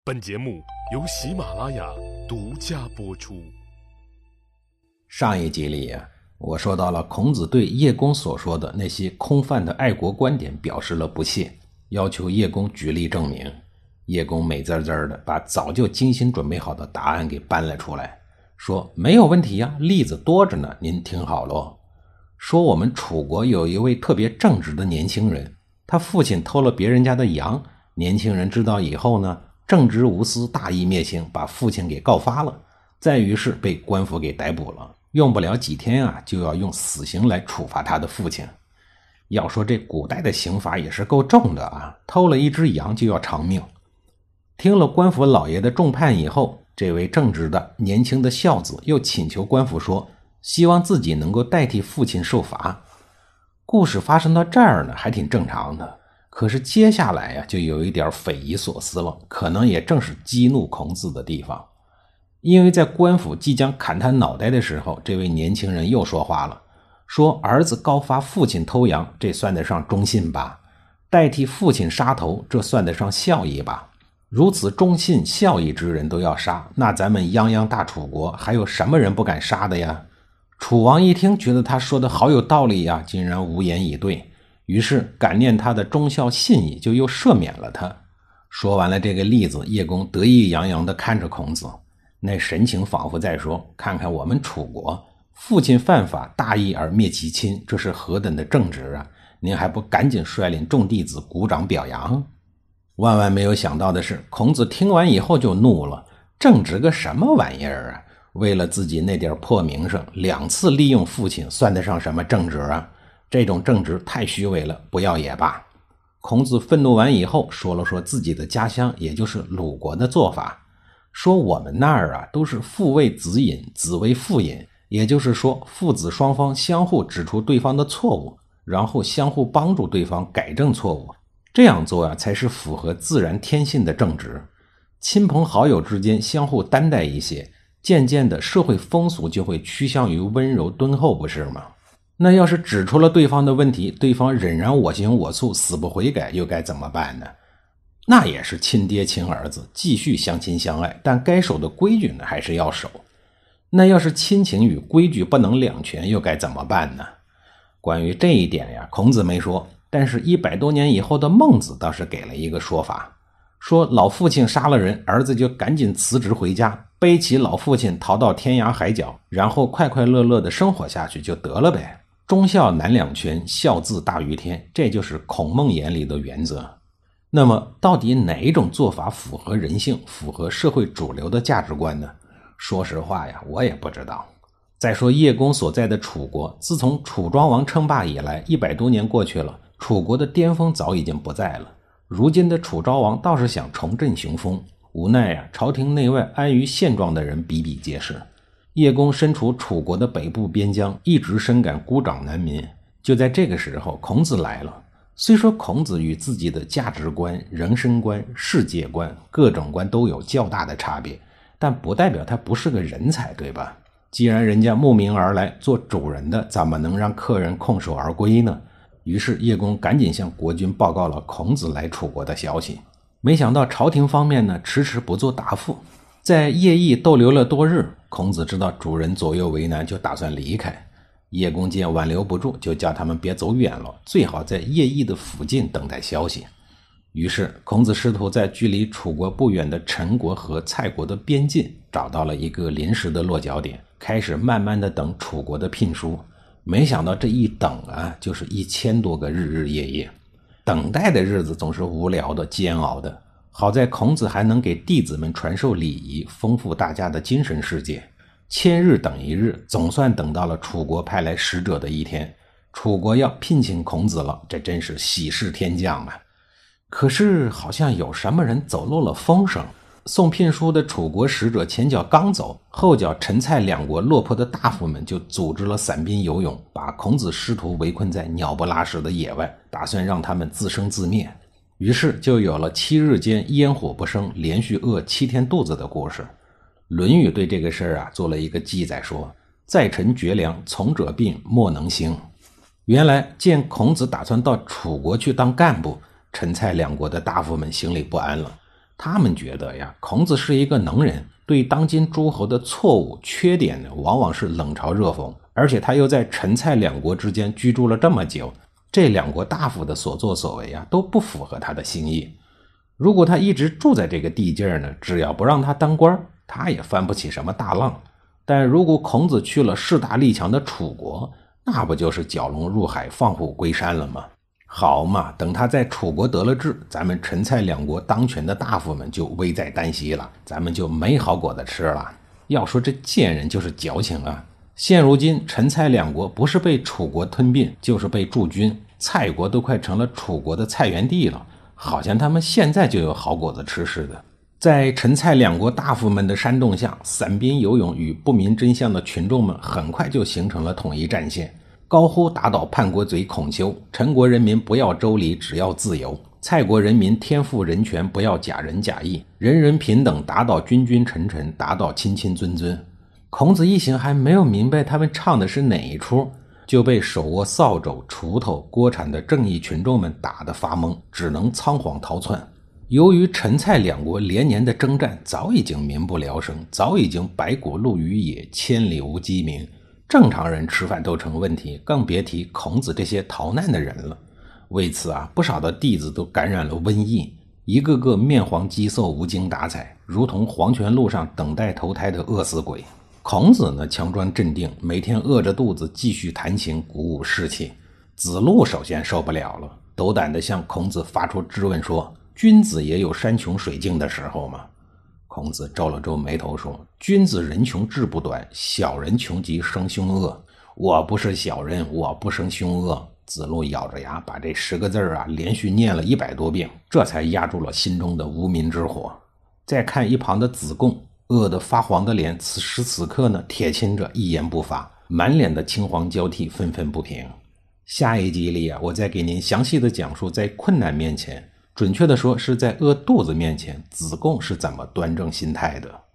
本节目由喜马拉雅独家播出。 上一集里我说到了孔子对叶公所说的那些空泛的爱国观点表示了不屑，要求叶公举例证明。叶公美滋滋的把早就精心准备好的答案给搬了出来，说没有问题呀，例子多着呢，您听好咯。说我们楚国有一位特别正直的年轻人，他父亲偷了别人家的羊，年轻人知道以后呢，正直无私，大义灭亲，把父亲给告发了，再于是被官府给逮捕了，用不了几天就要用死刑来处罚他的父亲。要说这古代的刑罚也是够重的偷了一只羊就要偿命。听了官府老爷的重判以后，这位正直的年轻的孝子又请求官府说，希望自己能够代替父亲受罚。故事发生到这儿呢，还挺正常的。可是接下来就有一点匪夷所思了，可能也正是激怒孔子的地方。因为在官府即将砍他脑袋的时候，这位年轻人又说话了，说儿子告发父亲偷羊，这算得上忠信吧？代替父亲杀头，这算得上孝义吧？如此忠信孝义之人都要杀，那咱们泱泱大楚国还有什么人不敢杀的呀？楚王一听觉得他说的好有道理呀，竟然无言以对，于是感念他的忠孝信义，就又赦免了他。说完了这个例子，叶公得意洋洋地看着孔子，那神情仿佛在说，看看我们楚国，父亲犯法，大义而灭其亲，这是何等的正直啊！您还不赶紧率领众弟子鼓掌表扬？万万没有想到的是，孔子听完以后就怒了，正直个什么玩意儿啊？为了自己那点破名声，2次利用父亲，算得上什么正直啊？这种正直太虚伪了，不要也罢。孔子愤怒完以后，说了说自己的家乡，也就是鲁国的做法，说我们那儿都是父为子隐，子为父隐，也就是说父子双方相互指出对方的错误，然后相互帮助对方改正错误，这样做才是符合自然天性的正直。亲朋好友之间相互担待一些，渐渐的社会风俗就会趋向于温柔敦厚，不是吗？那要是指出了对方的问题，对方仍然我行我素，死不悔改，又该怎么办呢？那也是亲爹亲儿子，继续相亲相爱，但该守的规矩呢还是要守。那要是亲情与规矩不能两全，又该怎么办呢？关于这一点孔子没说，但是100多年以后的孟子倒是给了一个说法，说老父亲杀了人，儿子就赶紧辞职回家，背起老父亲逃到天涯海角，然后快快乐乐的生活下去就得了呗。忠孝难两全，孝字大于天，这就是孔孟眼里的原则。那么到底哪一种做法符合人性，符合社会主流的价值观呢？说实话我也不知道。再说叶公所在的楚国，自从楚庄王称霸以来，100多年过去了，楚国的巅峰早已经不在了。如今的楚昭王倒是想重振雄风，无奈朝廷内外安于现状的人比比皆是。叶公身处楚国的北部边疆，一直深感孤掌难鸣。就在这个时候，孔子来了。虽说孔子与自己的价值观、人生观、世界观、各种观都有较大的差别，但不代表他不是个人才，对吧？既然人家慕名而来做主人的，怎么能让客人空手而归呢？于是叶公赶紧向国君报告了孔子来楚国的消息。没想到朝廷方面呢，迟迟不做答复。在邺邑逗留了多日，孔子知道主人左右为难，就打算离开。叶公见挽留不住，就叫他们别走远了，最好在邺邑的附近等待消息。于是孔子试图在距离楚国不远的陈国和蔡国的边境找到了一个临时的落脚点，开始慢慢的等楚国的聘书。没想到这一等就是1000多个日日夜夜。等待的日子总是无聊的、煎熬的，好在孔子还能给弟子们传授礼仪，丰富大家的精神世界。1000日等一日，总算等到了楚国派来使者的一天。楚国要聘请孔子了，这真是喜事天降啊！可是好像有什么人走漏了风声。送聘书的楚国使者前脚刚走，后脚陈蔡2国落魄的大夫们就组织了散兵游勇，把孔子师徒围困在鸟不拉屎的野外，打算让他们自生自灭。于是就有了7日间烟火不生，连续饿7天肚子的故事。论语对这个事儿做了一个记载，说在臣绝粮，从者病，莫能兴。原来见孔子打算到楚国去当干部，陈蔡2国的大夫们心里不安了， 他们觉得呀，孔子是一个能人，对当今诸侯的错误缺点呢，往往是冷嘲热讽，而且他又在陈蔡两国之间居住了这么久，这两国大夫的所作所为啊，都不符合他的心意。如果他一直住在这个地界呢，只要不让他当官，他也翻不起什么大浪。但如果孔子去了势大力强的楚国，那不就是蛟龙入海，放虎归山了吗？好嘛，等他在楚国得了志，咱们陈蔡两国当权的大夫们就危在旦夕了，咱们就没好果子吃了。要说这贱人就是矫情啊！现如今陈蔡两国不是被楚国吞并，就是被驻军，蔡国都快成了楚国的菜园地了，好像他们现在就有好果子吃似的。在陈蔡两国大夫们的煽动下，散兵游勇与不明真相的群众们很快就形成了统一战线，高呼打倒叛国贼孔丘，陈国人民不要周礼，只要自由；蔡国人民天赋人权，不要假仁假义，人人平等，打倒君君臣臣，打倒亲亲尊尊。孔子一行还没有明白他们唱的是哪一出，就被手握扫帚、锄头、锅铲的正义群众们打得发懵，只能仓皇逃窜。由于陈蔡两国连年的征战，早已经民不聊生，早已经百谷露于野，千里无鸡鸣，正常人吃饭都成问题，更别提孔子这些逃难的人了。为此啊，不少的弟子都感染了瘟疫，一个个面黄肌瘦，无精打采，如同黄泉路上等待投胎的饿死鬼。孔子呢，强装镇定，每天饿着肚子继续弹琴，鼓舞士气。子路首先受不了了，斗胆地向孔子发出质问说：君子也有山穷水尽的时候吗？孔子皱了皱眉头说：君子人穷志不短，小人穷极生凶恶。我不是小人，我不生凶恶。子路咬着牙把这10个字连续念了100多遍，这才压住了心中的无名之火。再看一旁的子贡，饿得发黄的脸，此时此刻呢，铁青着，一言不发，满脸的青黄交替，愤愤不平。下一集里我再给您详细的讲述，在困难面前，准确的说是在饿肚子面前，子贡是怎么端正心态的。